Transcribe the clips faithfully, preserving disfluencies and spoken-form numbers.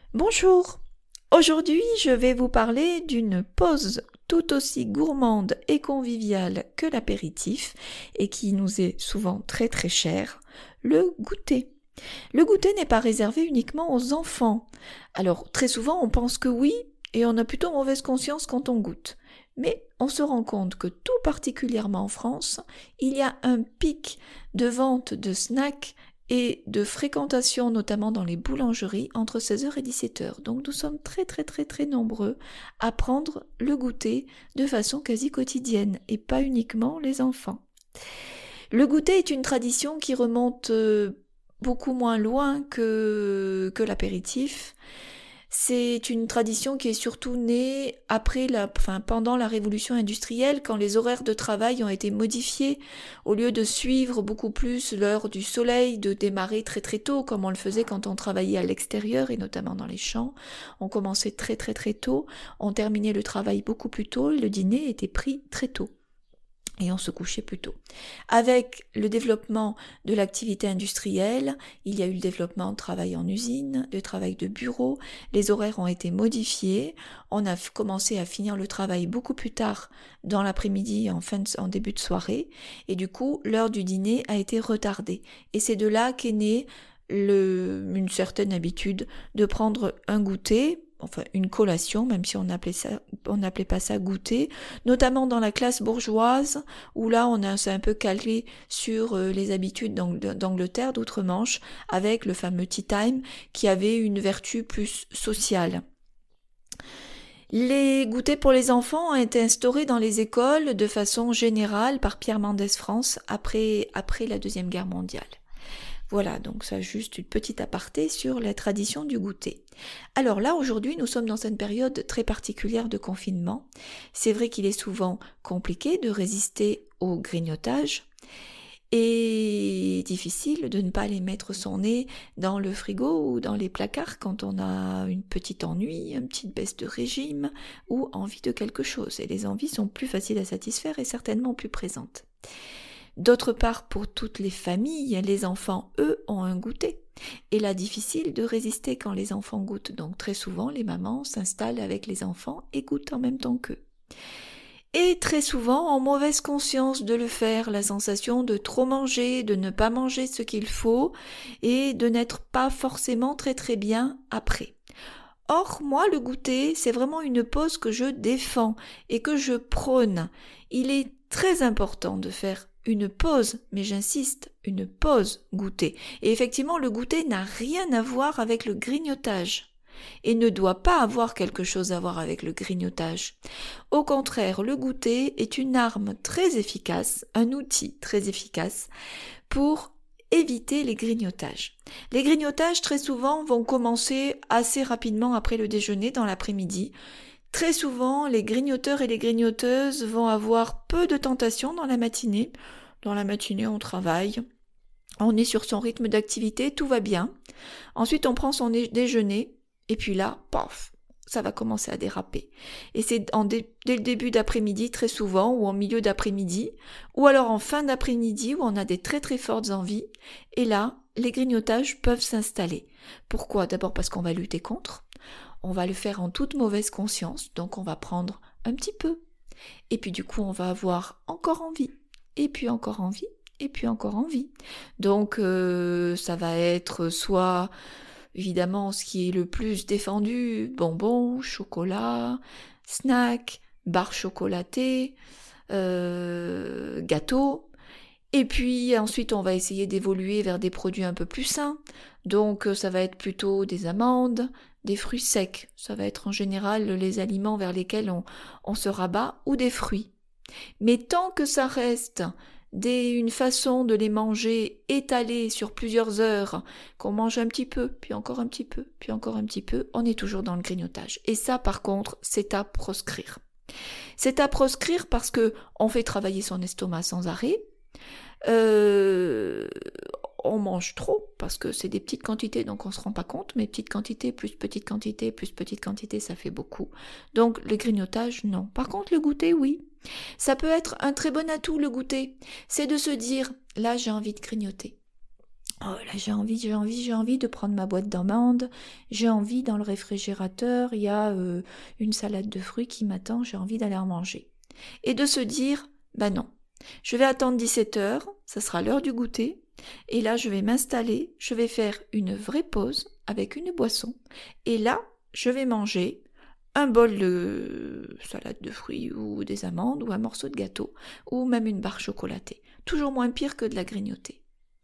Bonjour, aujourd'hui je vais vous parler d'une pause tout aussi gourmande et conviviale que l'apéritif et qui nous est souvent très très cher, le goûter. Le goûter n'est pas réservé uniquement aux enfants. Alors très souvent on pense que oui et on a plutôt mauvaise conscience quand on goûte. Mais on se rend compte que tout particulièrement en France, il y a un pic de vente de snacks et de fréquentation notamment dans les boulangeries entre seize heures et dix-sept heures. Donc nous sommes très très très très nombreux à prendre le goûter de façon quasi quotidienne et pas uniquement les enfants. Le goûter est une tradition qui remonte beaucoup moins loin que, que l'apéritif. C'est une tradition qui est surtout née après la, enfin, pendant la révolution industrielle, quand les horaires de travail ont été modifiés. Au lieu de suivre beaucoup plus l'heure du soleil, de démarrer très très tôt, comme on le faisait quand on travaillait à l'extérieur et notamment dans les champs, on commençait très très très tôt, on terminait le travail beaucoup plus tôt et le dîner était pris très tôt. Et on se couchait plus tôt. Avec le développement de l'activité industrielle, il y a eu le développement de travail en usine, de travail de bureau, les horaires ont été modifiés, on a commencé à finir le travail beaucoup plus tard dans l'après-midi, en, fin de, en début de soirée, et du coup, l'heure du dîner a été retardée. Et c'est de là qu'est née le, une certaine habitude de prendre un goûter, enfin une collation, même si on n'appelait ça, on n'appelait pas ça goûter, notamment dans la classe bourgeoise, où là on a, c'est un peu calqué sur euh, les habitudes d'Angleterre, d'outre-Manche, avec le fameux tea time, qui avait une vertu plus sociale. Les goûters pour les enfants ont été instaurés dans les écoles de façon générale par Pierre Mendès France après, après la Deuxième Guerre mondiale. Voilà, donc ça juste une petite aparté sur la tradition du goûter. Alors là, aujourd'hui, nous sommes dans une période très particulière de confinement. C'est vrai qu'il est souvent compliqué de résister au grignotage et difficile de ne pas aller mettre son nez dans le frigo ou dans les placards quand on a une petite ennui, une petite baisse de régime ou envie de quelque chose. Et les envies sont plus faciles à satisfaire et certainement plus présentes. D'autre part, pour toutes les familles, les enfants, eux, ont un goûter. Et là, difficile de résister quand les enfants goûtent. Donc très souvent, les mamans s'installent avec les enfants et goûtent en même temps qu'eux. Et très souvent, en mauvaise conscience de le faire, la sensation de trop manger, de ne pas manger ce qu'il faut et de n'être pas forcément très très bien après. Or, moi, le goûter, c'est vraiment une pause que je défends et que je prône. Il est très important de faire une pause, mais j'insiste, une pause goûter. Et effectivement, le goûter n'a rien à voir avec le grignotage et ne doit pas avoir quelque chose à voir avec le grignotage. Au contraire, le goûter est une arme très efficace, un outil très efficace pour éviter les grignotages. Les grignotages, très souvent, vont commencer assez rapidement après le déjeuner, dans l'après-midi. Très souvent, les grignoteurs et les grignoteuses vont avoir peu de tentations dans la matinée. Dans la matinée, on travaille, on est sur son rythme d'activité, tout va bien. Ensuite, on prend son déjeuner, et puis là, paf, ça va commencer à déraper. Et c'est en dé- dès le début d'après-midi, très souvent, ou en milieu d'après-midi, ou alors en fin d'après-midi, où on a des très très fortes envies, et là, les grignotages peuvent s'installer. Pourquoi ? D'abord parce qu'on va lutter contre. On va le faire en toute mauvaise conscience, donc on va prendre un petit peu. Et puis du coup, on va avoir encore envie, et puis encore envie, et puis encore envie. Donc euh, ça va être soit, évidemment, ce qui est le plus défendu, bonbons, chocolat, snacks, barres chocolatées, euh, gâteaux. Et puis ensuite, on va essayer d'évoluer vers des produits un peu plus sains. Donc ça va être plutôt des amandes, des fruits secs. Ça va être en général les aliments vers lesquels on, on se rabat, ou des fruits. Mais tant que ça reste des, une façon de les manger étalée sur plusieurs heures, qu'on mange un petit peu, puis encore un petit peu, puis encore un petit peu, on est toujours dans le grignotage. Et ça, par contre, c'est à proscrire. C'est à proscrire parce que on fait travailler son estomac sans arrêt. Euh, on mange trop parce que c'est des petites quantités, donc on se rend pas compte, mais petites quantités plus petites quantités plus petites quantités, ça fait beaucoup. Donc le grignotage, non. Par contre, le goûter, oui. Ça peut être un très bon atout, le goûter. C'est de se dire, là j'ai envie de grignoter. Oh là, j'ai envie, j'ai envie, j'ai envie de prendre ma boîte d'amandes, j'ai envie dans le réfrigérateur, il y a euh, une salade de fruits qui m'attend, j'ai envie d'aller en manger. Et de se dire, bah non, je vais attendre dix-sept heures, ça sera l'heure du goûter, et là je vais m'installer, je vais faire une vraie pause avec une boisson, et là je vais manger un bol de salade de fruits ou des amandes ou un morceau de gâteau ou même une barre chocolatée. Toujours moins pire que de la grignoter.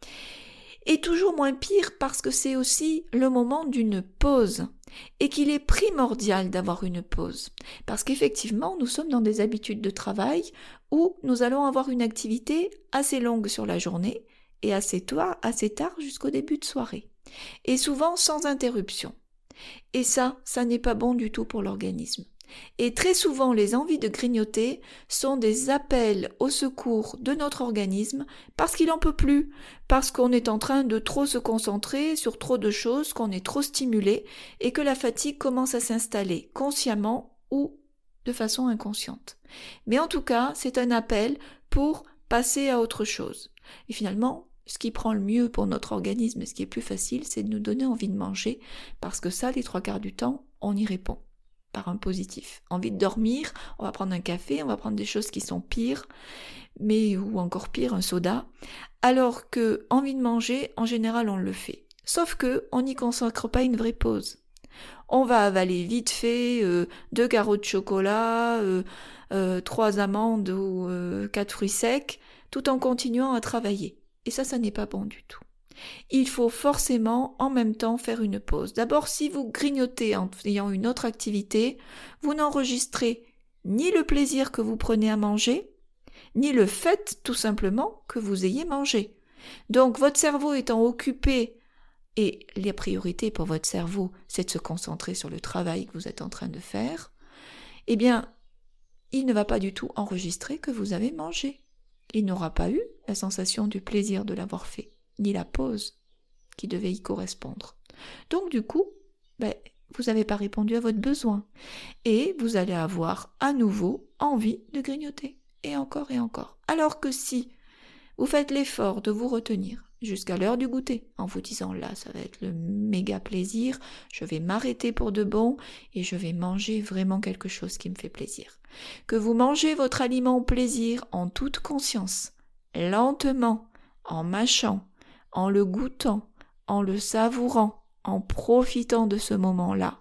Et toujours moins pire parce que c'est aussi le moment d'une pause et qu'il est primordial d'avoir une pause. Parce qu'effectivement, nous sommes dans des habitudes de travail où nous allons avoir une activité assez longue sur la journée et assez tard, assez tard jusqu'au début de soirée. Et souvent sans interruption. Et ça, ça n'est pas bon du tout pour l'organisme. Et très souvent, les envies de grignoter sont des appels au secours de notre organisme parce qu'il n'en peut plus, parce qu'on est en train de trop se concentrer sur trop de choses, qu'on est trop stimulé et que la fatigue commence à s'installer consciemment ou de façon inconsciente. Mais en tout cas, c'est un appel pour passer à autre chose. Et finalement, ce qui prend le mieux pour notre organisme, ce qui est plus facile, c'est de nous donner envie de manger, parce que ça, les trois quarts du temps, on y répond par un positif. Envie de dormir, on va prendre un café, on va prendre des choses qui sont pires, mais ou encore pire, un soda, alors que envie de manger, en général, on le fait. Sauf que on n'y consacre pas une vraie pause. On va avaler vite fait euh, deux carreaux de chocolat, euh, euh, trois amandes ou euh, quatre fruits secs, tout en continuant à travailler. Et ça, ça n'est pas bon du tout. Il faut forcément en même temps faire une pause. D'abord, si vous grignotez en ayant une autre activité, vous n'enregistrez ni le plaisir que vous prenez à manger, ni le fait tout simplement que vous ayez mangé. Donc votre cerveau étant occupé, et la priorité pour votre cerveau, c'est de se concentrer sur le travail que vous êtes en train de faire, eh bien, il ne va pas du tout enregistrer que vous avez mangé. Il n'aura pas eu la sensation du plaisir de l'avoir fait, ni la pause qui devait y correspondre. Donc du coup, ben, vous n'avez pas répondu à votre besoin et vous allez avoir à nouveau envie de grignoter, et encore et encore. Alors que si vous faites l'effort de vous retenir jusqu'à l'heure du goûter, en vous disant là, ça va être le méga plaisir, je vais m'arrêter pour de bon et je vais manger vraiment quelque chose qui me fait plaisir. Que vous mangez votre aliment au plaisir en toute conscience, lentement, en mâchant, en le goûtant, en le savourant, en profitant de ce moment-là.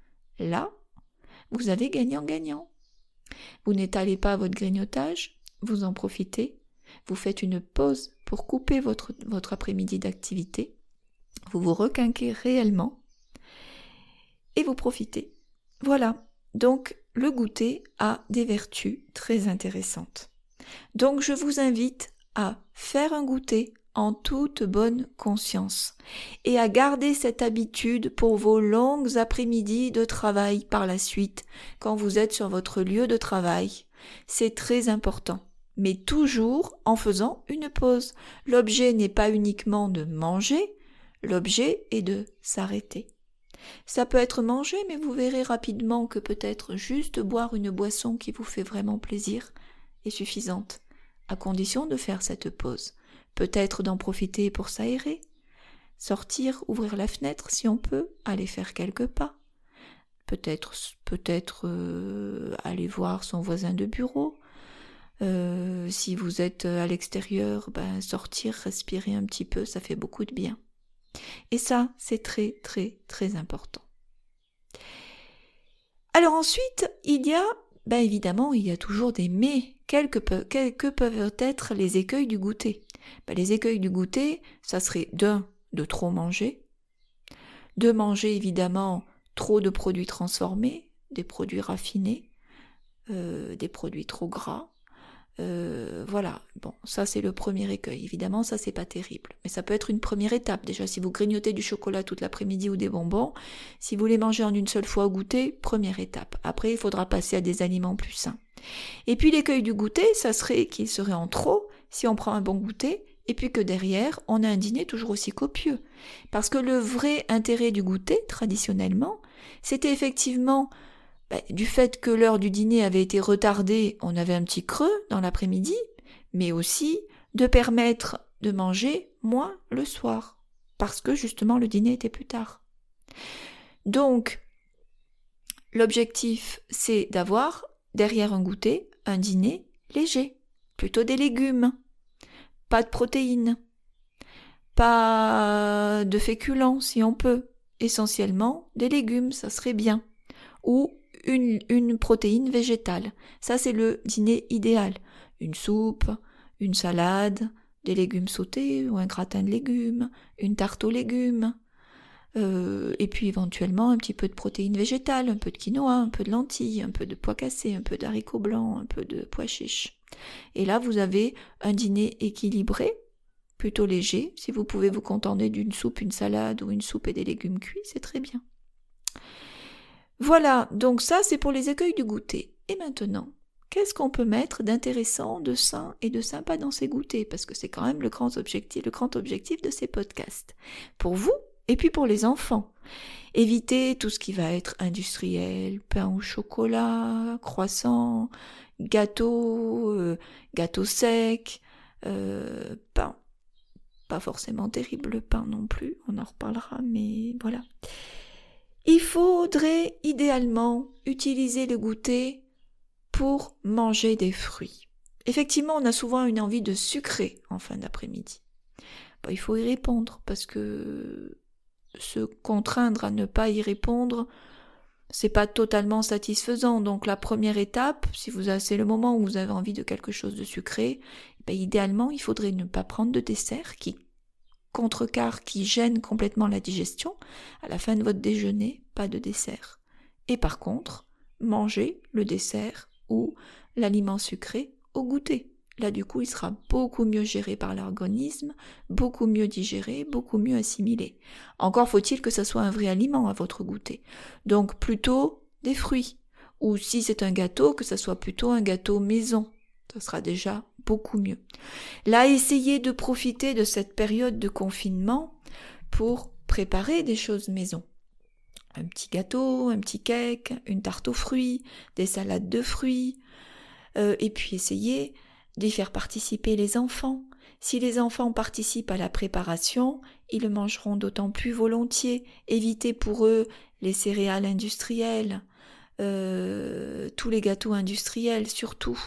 Là, vous avez gagnant-gagnant. Vous n'étalez pas votre grignotage, vous en profitez, vous faites une pause pour couper votre, votre après-midi d'activité, vous vous requinquez réellement et vous profitez. Voilà, donc le goûter a des vertus très intéressantes. Donc je vous invite à faire un goûter en toute bonne conscience et à garder cette habitude pour vos longues après-midi de travail par la suite quand vous êtes sur votre lieu de travail. C'est très important, mais toujours en faisant une pause. L'objet n'est pas uniquement de manger, l'objet est de s'arrêter. Ça peut être manger, mais vous verrez rapidement que peut-être juste boire une boisson qui vous fait vraiment plaisir est suffisante, à condition de faire cette pause. Peut-être d'en profiter pour s'aérer, sortir, ouvrir la fenêtre si on peut, aller faire quelques pas. Peut-être, peut-être euh, aller voir son voisin de bureau. Euh, si vous êtes à l'extérieur, ben, sortir, respirer un petit peu, ça fait beaucoup de bien. Et ça, c'est très, très, très important. Alors ensuite, il y a, ben évidemment, il y a toujours des mais. Quels que, pe- quels que peuvent être les écueils du goûter? Ben, les écueils du goûter, ça serait d'un, de trop manger, de manger évidemment trop de produits transformés, des produits raffinés, euh, des produits trop gras. Euh, voilà, bon, ça c'est le premier écueil. Évidemment, ça c'est pas terrible, mais ça peut être une première étape. Déjà, si vous grignotez du chocolat toute l'après-midi ou des bonbons, si vous les mangez en une seule fois au goûter, première étape. Après, il faudra passer à des aliments plus sains. Et puis l'écueil du goûter, ça serait qu'il serait en trop si on prend un bon goûter, et puis que derrière, on a un dîner toujours aussi copieux. Parce que le vrai intérêt du goûter, traditionnellement, c'était effectivement Ben, du fait que l'heure du dîner avait été retardée, on avait un petit creux dans l'après-midi, mais aussi de permettre de manger moins le soir. parce que justement le dîner était plus tard. Donc, l'objectif, c'est d'avoir derrière un goûter, un dîner léger, plutôt des légumes, pas de protéines, pas de féculents si on peut, essentiellement des légumes, ça serait bien, ou une, une protéine végétale, ça c'est le dîner idéal, une soupe, une salade, des légumes sautés ou un gratin de légumes, une tarte aux légumes, euh, et puis éventuellement un petit peu de protéines végétales, un peu de quinoa, un peu de lentilles, un peu de pois cassés, un peu d'haricots blancs, un peu de pois chiches. Et là vous avez un dîner équilibré, plutôt léger. Si vous pouvez vous contenter d'une soupe, une salade ou une soupe et des légumes cuits, c'est très bien. Voilà, donc ça c'est pour les écueils du goûter. Et maintenant, qu'est-ce qu'on peut mettre d'intéressant, de sain et de sympa dans ces goûters? Parce que c'est quand même le grand objectif, le grand objectif de ces podcasts. Pour vous et puis pour les enfants. Évitez tout ce qui va être industriel, pain au chocolat, croissant, gâteau, euh, gâteau sec, euh, pain. Pas forcément terrible le pain non plus, on en reparlera, mais voilà. Il faudrait idéalement utiliser le goûter pour manger des fruits. Effectivement, on a souvent une envie de sucrer en fin d'après-midi. Bon, il faut y répondre parce que se contraindre à ne pas y répondre, c'est pas totalement satisfaisant. Donc la première étape, si vous avez, c'est le moment où vous avez envie de quelque chose de sucré, ben, idéalement, il faudrait ne pas prendre de dessert qui contrecarre, qui gêne complètement la digestion. À la fin de votre déjeuner, pas de dessert. Et par contre, mangez le dessert ou l'aliment sucré au goûter. Là, du coup, il sera beaucoup mieux géré par l'organisme, beaucoup mieux digéré, beaucoup mieux assimilé. Encore faut-il que ça soit un vrai aliment à votre goûter. Donc, plutôt des fruits. Ou si c'est un gâteau, que ça soit plutôt un gâteau maison. Ça sera déjà beaucoup mieux. Là, essayez de profiter de cette période de confinement pour préparer des choses maison. Un petit gâteau, un petit cake, une tarte aux fruits, des salades de fruits, euh, et puis essayez d'y faire participer les enfants. Si les enfants participent à la préparation, ils le mangeront d'autant plus volontiers. Évitez pour eux les céréales industrielles, euh, tous les gâteaux industriels surtout.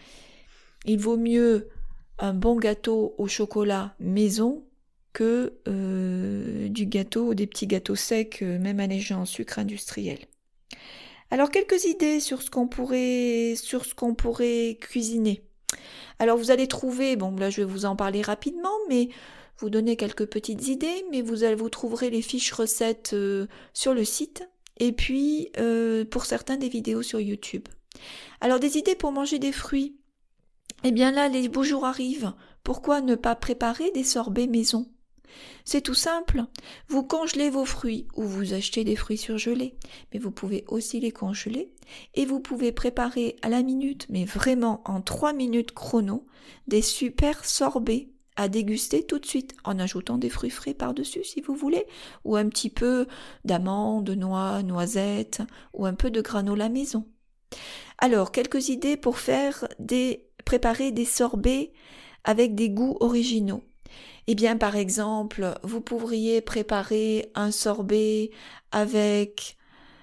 Il vaut mieux un bon gâteau au chocolat maison que euh, du gâteau, des petits gâteaux secs, euh, même allégés en sucre industriel. Alors quelques idées sur ce qu'on pourrait, sur ce qu'on pourrait cuisiner. Alors vous allez trouver, bon là je vais vous en parler rapidement, mais vous donner quelques petites idées, mais vous, allez, vous trouverez les fiches recettes euh, sur le site, et puis euh, pour certains des vidéos sur YouTube. Alors des idées pour manger des fruits. Eh bien là, les beaux jours arrivent. Pourquoi ne pas préparer des sorbets maison? C'est tout simple. Vous congelez vos fruits ou vous achetez des fruits surgelés. Mais vous pouvez aussi les congeler et vous pouvez préparer à la minute, mais vraiment en trois minutes chrono, des super sorbets à déguster tout de suite en ajoutant des fruits frais par-dessus si vous voulez, ou un petit peu d'amandes, de noix, noisettes ou un peu de granola maison. Alors, quelques idées pour faire des préparer des sorbets avec des goûts originaux. Eh bien, par exemple, vous pourriez préparer un sorbet avec,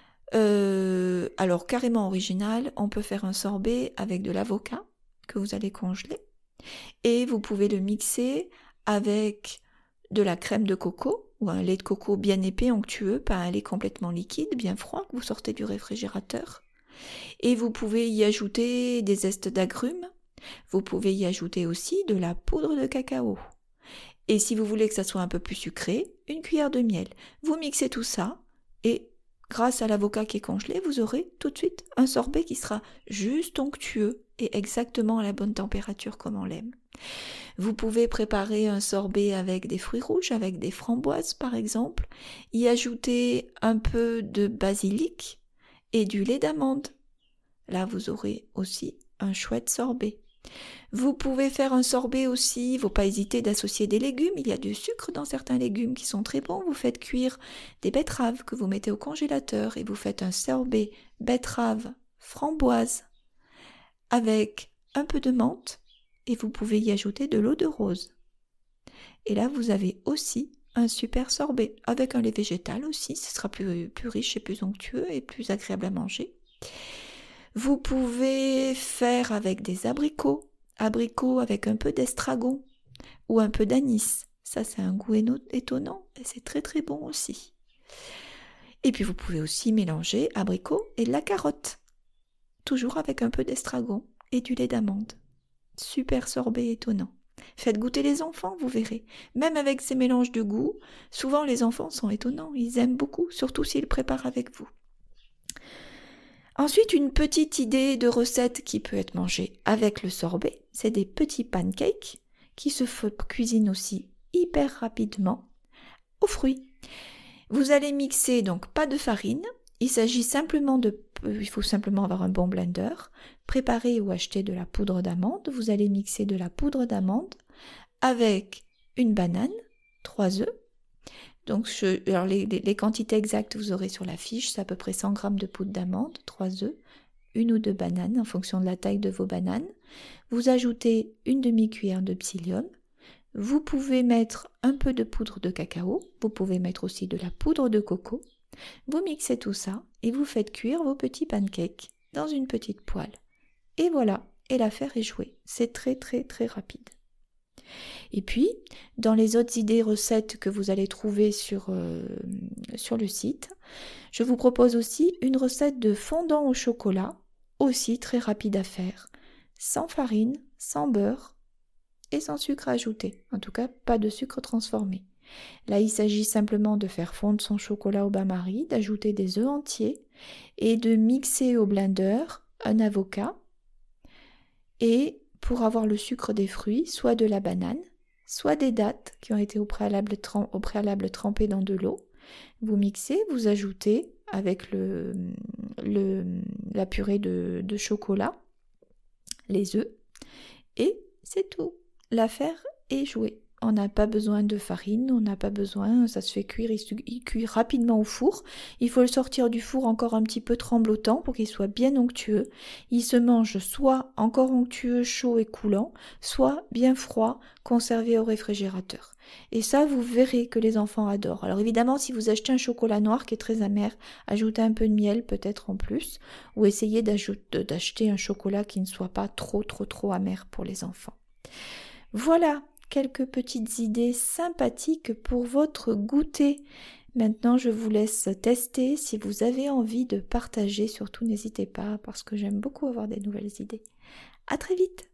euh, alors carrément original, on peut faire un sorbet avec de l'avocat que vous allez congeler et vous pouvez le mixer avec de la crème de coco ou un lait de coco bien épais, onctueux, pas un lait complètement liquide, bien froid que vous sortez du réfrigérateur. Et vous pouvez y ajouter des zestes d'agrumes. Vous pouvez y ajouter aussi de la poudre de cacao. Et si vous voulez que ça soit un peu plus sucré, une cuillère de miel. Vous mixez tout ça et grâce à l'avocat qui est congelé, vous aurez tout de suite un sorbet qui sera juste onctueux et exactement à la bonne température comme on l'aime. Vous pouvez préparer un sorbet avec des fruits rouges, avec des framboises par exemple, y ajouter un peu de basilic et du lait d'amande. Là, vous aurez aussi un chouette sorbet. Vous pouvez faire un sorbet aussi, il ne faut pas hésiter d'associer des légumes, il y a du sucre dans certains légumes qui sont très bons, vous faites cuire des betteraves que vous mettez au congélateur et vous faites un sorbet betterave framboise avec un peu de menthe et vous pouvez y ajouter de l'eau de rose. Et là vous avez aussi un super sorbet, avec un lait végétal aussi, ce sera plus, plus riche et plus onctueux et plus agréable à manger. Vous pouvez faire avec des abricots, abricots avec un peu d'estragon ou un peu d'anis. Ça, c'est un goût étonnant et c'est très très bon aussi. Et puis vous pouvez aussi mélanger abricots et de la carotte, toujours avec un peu d'estragon et du lait d'amande. Super sorbet étonnant. Faites goûter les enfants, vous verrez. Même avec ces mélanges de goûts, souvent les enfants sont étonnants, ils aiment beaucoup, surtout s'ils préparent avec vous. Ensuite, une petite idée de recette qui peut être mangée avec le sorbet, c'est des petits pancakes qui se cuisinent aussi hyper rapidement aux fruits. Vous allez mixer donc pas de farine, il s'agit simplement de, il faut simplement avoir un bon blender, préparer ou acheter de la poudre d'amande. Vous allez mixer de la poudre d'amande avec une banane, trois œufs. Donc, je, alors les, les, les quantités exactes, vous aurez sur la fiche, c'est à peu près cent grammes de poudre d'amande, trois œufs, une ou deux bananes en fonction de la taille de vos bananes. Vous ajoutez une demi-cuillère de psyllium. Vous pouvez mettre un peu de poudre de cacao. Vous pouvez mettre aussi de la poudre de coco. Vous mixez tout ça et vous faites cuire vos petits pancakes dans une petite poêle. Et voilà, et l'affaire est jouée. C'est très très très rapide. Et puis, dans les autres idées recettes que vous allez trouver sur, euh, sur le site, je vous propose aussi une recette de fondant au chocolat, aussi très rapide à faire, sans farine, sans beurre et sans sucre ajouté. En tout cas, pas de sucre transformé. Là, il s'agit simplement de faire fondre son chocolat au bain-marie, d'ajouter des œufs entiers et de mixer au blender un avocat et pour avoir le sucre des fruits, soit de la banane, soit des dattes qui ont été au préalable, trem- au préalable trempées dans de l'eau. Vous mixez, vous ajoutez avec le, le, la purée de, de chocolat, les œufs, et c'est tout. L'affaire est jouée. On n'a pas besoin de farine, on n'a pas besoin, ça se fait cuire, il, il cuit rapidement au four. Il faut le sortir du four encore un petit peu tremblotant pour qu'il soit bien onctueux. Il se mange soit encore onctueux, chaud et coulant, soit bien froid, conservé au réfrigérateur. Et ça, vous verrez que les enfants adorent. Alors évidemment, si vous achetez un chocolat noir qui est très amer, ajoutez un peu de miel peut-être en plus, ou essayez d'acheter un chocolat qui ne soit pas trop trop trop amer pour les enfants. Voilà quelques petites idées sympathiques pour votre goûter. Maintenant, je vous laisse tester. Si vous avez envie de partager, surtout n'hésitez pas parce que j'aime beaucoup avoir des nouvelles idées. À très vite!